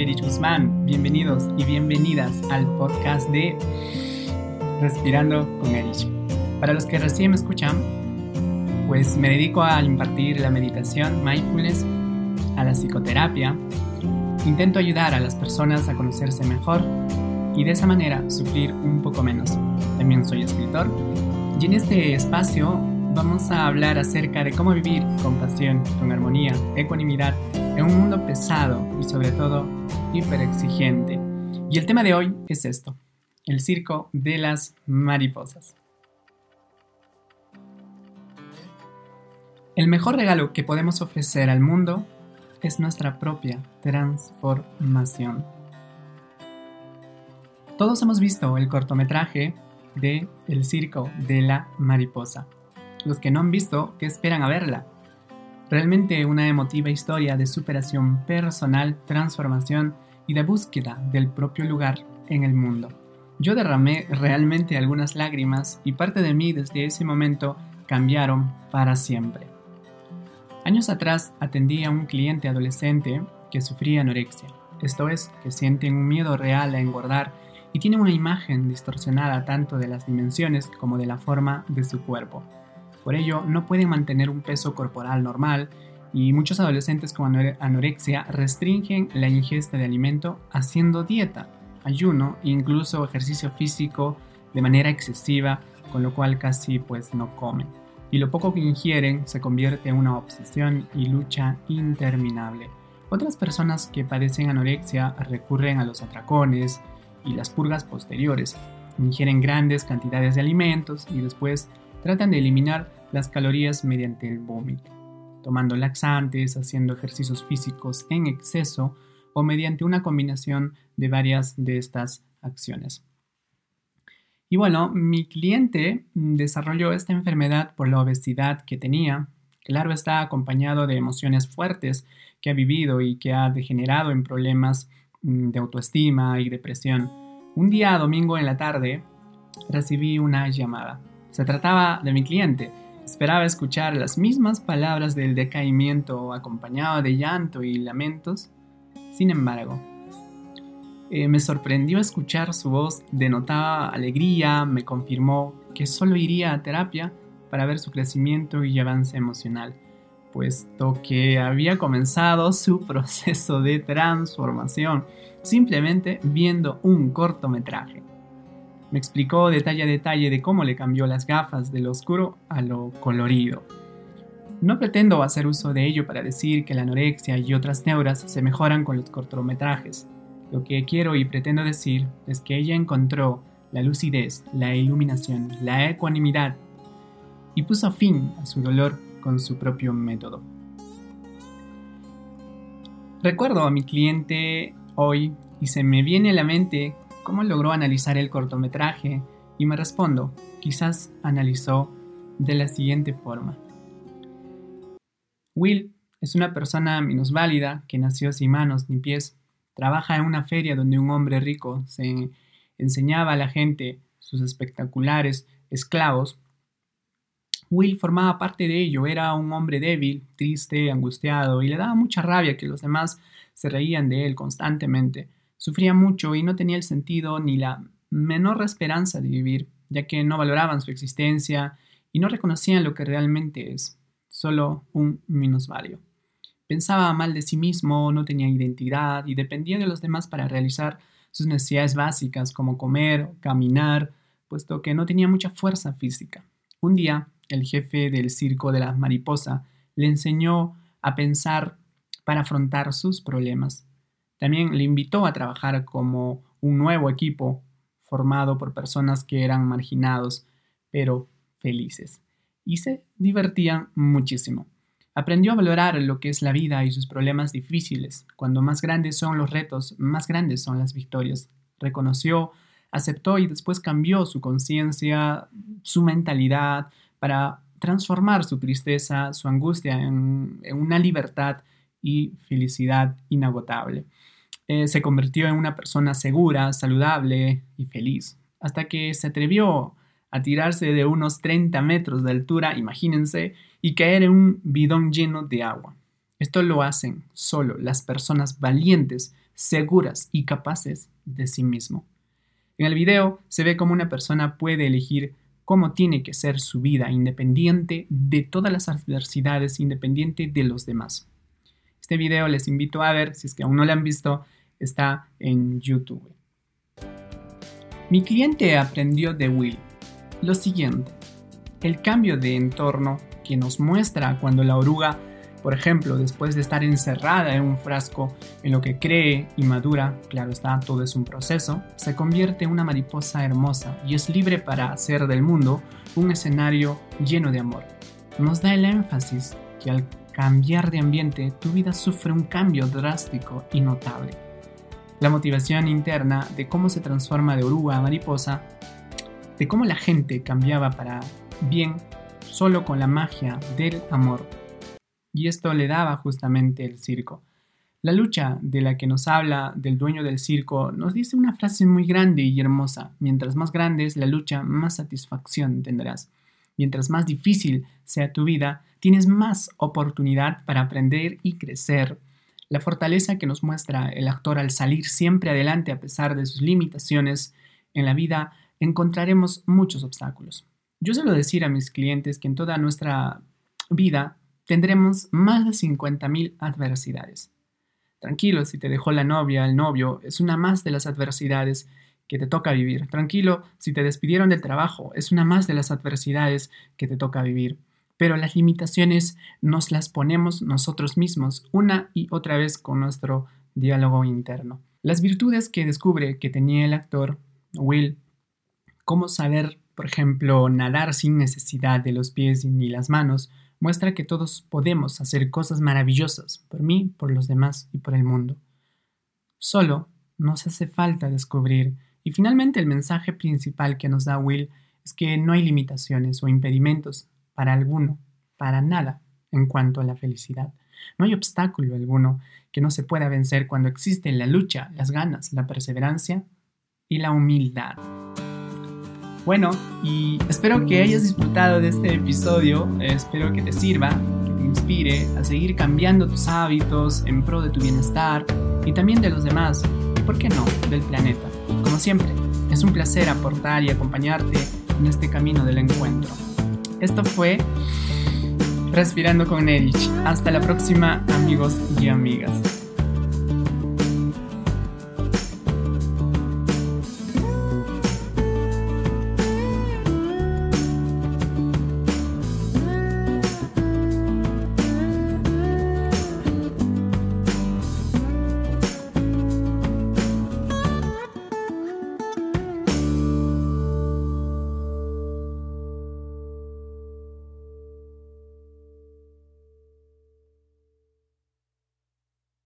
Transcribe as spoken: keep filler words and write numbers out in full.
Erich Guzmán. Bienvenidos y bienvenidas al podcast de Respirando con Erich. Para los que recién me escuchan, pues me dedico a impartir la meditación, mindfulness, a la psicoterapia. Intento ayudar a las personas a conocerse mejor y de esa manera sufrir un poco menos. También soy escritor y en este espacio vamos a hablar acerca de cómo vivir con pasión, con armonía, ecuanimidad en un mundo pesado y sobre todo hiperexigente. Y el tema de hoy es esto, el circo de las mariposas. El mejor regalo que podemos ofrecer al mundo es nuestra propia transformación. Todos hemos visto el cortometraje de El circo de la mariposa. Los que no han visto, ¿qué esperan a verla? Realmente una emotiva historia de superación personal, transformación y de búsqueda del propio lugar en el mundo. Yo derramé realmente algunas lágrimas y parte de mí desde ese momento cambiaron para siempre. Años atrás atendí a un cliente adolescente que sufría anorexia, esto es, que siente un miedo real a engordar y tiene una imagen distorsionada tanto de las dimensiones como de la forma de su cuerpo. Por ello, no pueden mantener un peso corporal normal y muchos adolescentes con anorexia restringen la ingesta de alimento haciendo dieta, ayuno e incluso ejercicio físico de manera excesiva, con lo cual casi pues no comen. Y lo poco que ingieren se convierte en una obsesión y lucha interminable. Otras personas que padecen anorexia recurren a los atracones y las purgas posteriores. Ingieren grandes cantidades de alimentos y después tratan de eliminar las calorías mediante el vómito, tomando laxantes, haciendo ejercicios físicos en exceso o mediante una combinación de varias de estas acciones. Y bueno, mi cliente desarrolló esta enfermedad por la obesidad que tenía. Claro, está acompañado de emociones fuertes que ha vivido y que ha degenerado en problemas de autoestima y depresión. Un día domingo en la tarde recibí una llamada. Se trataba de mi cliente. Esperaba escuchar las mismas palabras del decaimiento acompañado de llanto y lamentos. Sin embargo, eh, me sorprendió escuchar su voz, denotaba alegría, me confirmó que solo iría a terapia para ver su crecimiento y avance emocional, puesto que había comenzado su proceso de transformación simplemente viendo un cortometraje. Me explicó detalle a detalle de cómo le cambió las gafas de lo oscuro a lo colorido. No pretendo hacer uso de ello para decir que la anorexia y otras neuras se mejoran con los cortometrajes. Lo que quiero y pretendo decir es que ella encontró la lucidez, la iluminación, la ecuanimidad y puso fin a su dolor con su propio método. Recuerdo a mi cliente hoy y se me viene a la mente cómo logró analizar el cortometraje y me respondo, quizás analizó de la siguiente forma. Will es una persona minusválida que nació sin manos ni pies. Trabaja en una feria donde un hombre rico se enseñaba a la gente sus espectaculares esclavos. Will formaba parte de ello, era un hombre débil, triste, angustiado y le daba mucha rabia que los demás se reían de él constantemente. Sufría mucho y no tenía el sentido ni la menor esperanza de vivir, ya que no valoraban su existencia y no reconocían lo que realmente es, solo un minusválido. Pensaba mal de sí mismo, no tenía identidad y dependía de los demás para realizar sus necesidades básicas como comer, caminar, puesto que no tenía mucha fuerza física. Un día, el jefe del circo de la mariposa le enseñó a pensar para afrontar sus problemas. También le invitó a trabajar como un nuevo equipo formado por personas que eran marginados, pero felices, y se divertían muchísimo. Aprendió a valorar lo que es la vida y sus problemas difíciles. Cuando más grandes son los retos, más grandes son las victorias. Reconoció, aceptó y después cambió su conciencia, su mentalidad para transformar su tristeza, su angustia en, en una libertad y felicidad inagotable. Eh, se convirtió en una persona segura, saludable y feliz, hasta que se atrevió a tirarse de unos treinta metros de altura, imagínense, y caer en un bidón lleno de agua. Esto lo hacen solo las personas valientes, seguras y capaces de sí mismo. En el video se ve cómo una persona puede elegir cómo tiene que ser su vida, independiente de todas las adversidades, independiente de los demás. Este video les invito a ver, si es que aún no lo han visto, está en YouTube. Mi cliente aprendió de Will lo siguiente: el cambio de entorno que nos muestra cuando la oruga, por ejemplo, después de estar encerrada en un frasco en lo que cree y madura, claro está, todo es un proceso, se convierte en una mariposa hermosa y es libre para hacer del mundo un escenario lleno de amor. Nos da el énfasis que al cambiar de ambiente, tu vida sufre un cambio drástico y notable. La motivación interna de cómo se transforma de oruga a mariposa, de cómo la gente cambiaba para bien solo con la magia del amor. Y esto le daba justamente el circo. La lucha de la que nos habla del dueño del circo nos dice una frase muy grande y hermosa: mientras más grande es la lucha, más satisfacción tendrás. Mientras más difícil sea tu vida, tienes más oportunidad para aprender y crecer. La fortaleza que nos muestra el actor al salir siempre adelante a pesar de sus limitaciones en la vida, encontraremos muchos obstáculos. Yo suelo decir a mis clientes que en toda nuestra vida tendremos más de cincuenta mil adversidades. Tranquilo, si te dejó la novia, el novio, es una más de las adversidades que te toca vivir. Tranquilo, si te despidieron del trabajo, es una más de las adversidades que te toca vivir. Pero las limitaciones nos las ponemos nosotros mismos una y otra vez con nuestro diálogo interno. Las virtudes que descubre que tenía el actor Will, cómo saber, por ejemplo, nadar sin necesidad de los pies ni las manos, muestra que todos podemos hacer cosas maravillosas por mí, por los demás y por el mundo. Solo nos hace falta descubrir. Y finalmente el mensaje principal que nos da Will es que no hay limitaciones o impedimentos para alguno, para nada, en cuanto a la felicidad. No hay obstáculo alguno que no se pueda vencer cuando existe la lucha, las ganas, la perseverancia y la humildad. Bueno, y espero que hayas disfrutado de este episodio, eh, espero que te sirva, que te inspire a seguir cambiando tus hábitos en pro de tu bienestar y también de los demás, y por qué no, del planeta. Como siempre, es un placer aportar y acompañarte en este camino del encuentro. Esto fue Respirando con Erich. Hasta la próxima, amigos y amigas.